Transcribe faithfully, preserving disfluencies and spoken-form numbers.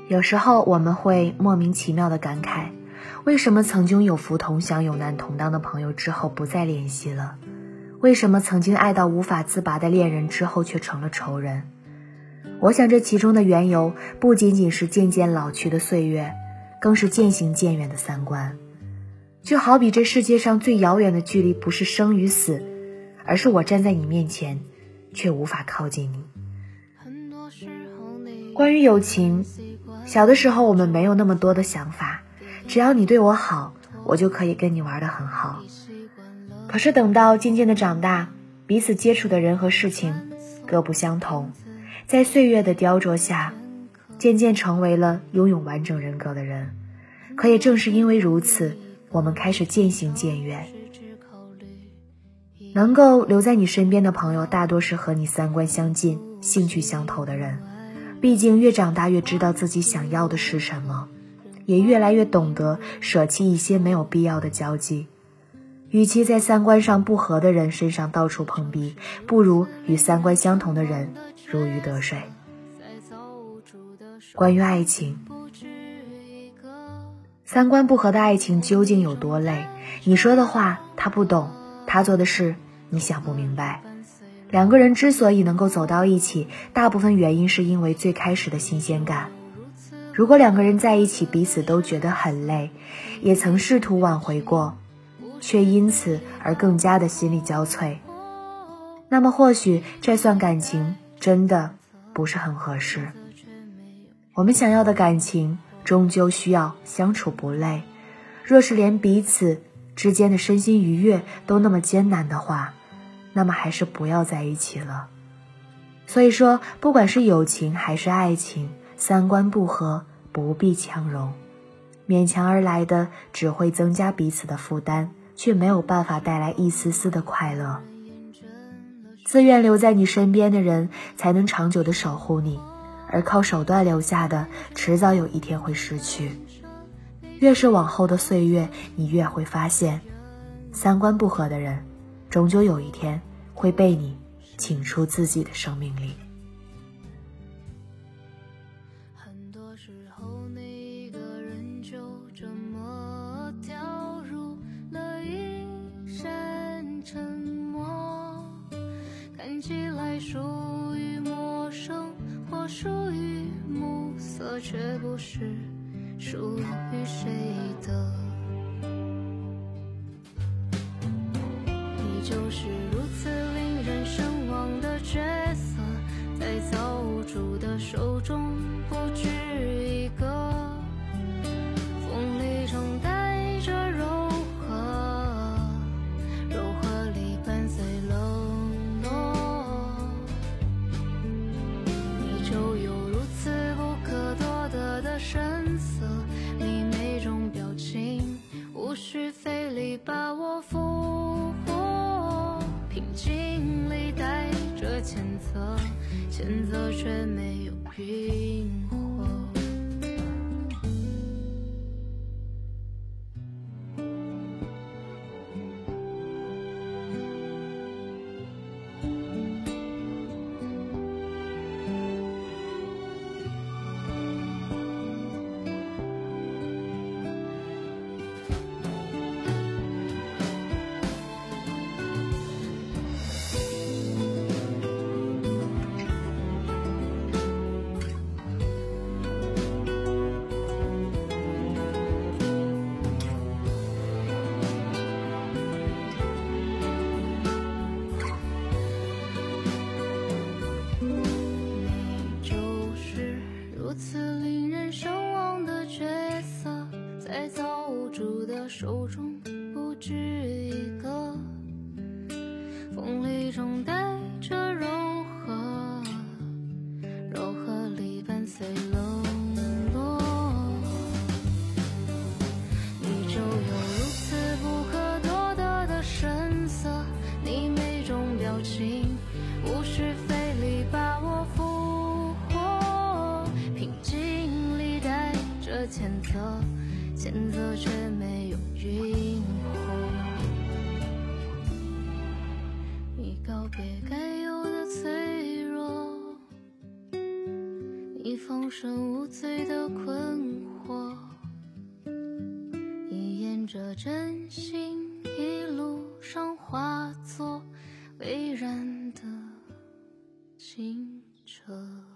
有时候我们会莫名其妙的感慨，为什么曾经有福同享有难同当的朋友之后不再联系了？为什么曾经爱到无法自拔的恋人之后却成了仇人？我想这其中的缘由不仅仅是渐渐老去的岁月，更是渐行渐远的三观。就好比这世界上最遥远的距离不是生与死，而是我站在你面前却无法靠近你。关于友情，小的时候我们没有那么多的想法，只要你对我好，我就可以跟你玩得很好。可是等到渐渐的长大，彼此接触的人和事情各不相同，在岁月的雕琢下，渐渐成为了拥有完整人格的人。可也正是因为如此，我们开始渐行渐远。能够留在你身边的朋友，大多是和你三观相近、兴趣相投的人。毕竟越长大越知道自己想要的是什么，也越来越懂得舍弃一些没有必要的交际。与其在三观上不合的人身上到处碰壁，不如与三观相同的人如鱼得水。关于爱情，三观不合的爱情究竟有多累？你说的话他不懂，他做的事你想不明白。两个人之所以能够走到一起，大部分原因是因为最开始的新鲜感。如果两个人在一起彼此都觉得很累，也曾试图挽回过，却因此而更加的心力交瘁，那么或许这段感情真的不是很合适。我们想要的感情终究需要相处不累，若是连彼此之间的身心愉悦都那么艰难的话，那么还是不要在一起了。所以说，不管是友情还是爱情，三观不合不必强融，勉强而来的只会增加彼此的负担，却没有办法带来一丝丝的快乐。自愿留在你身边的人才能长久地守护你，而靠手段留下的迟早有一天会失去。越是往后的岁月，你越会发现，三观不合的人终究有一天会被你请出自己的生命里。 很多时候那一个人就这么掉入了一阵沉默，看起来属于陌生或属于暮色，却不是属于谁的。你就是如此令人神往的角色，在造物主的手中不止一个，锋利中带着柔和，柔和里伴随冷落。你就有如此不可多得的神色，你每种表情无需费力把我俘获，平静里带着谴责，谴责却没有晕火。手中不止一个，锋利中带着柔和，柔和里伴随冷落。你就有如此不可多得的神色，你每种表情无需费力把我俘获，平静里带着谴责，谴责却没有晕火。你告别该有的脆弱，你放无声无罪的困惑，你沿着真心一路上化作蔚然的清澈。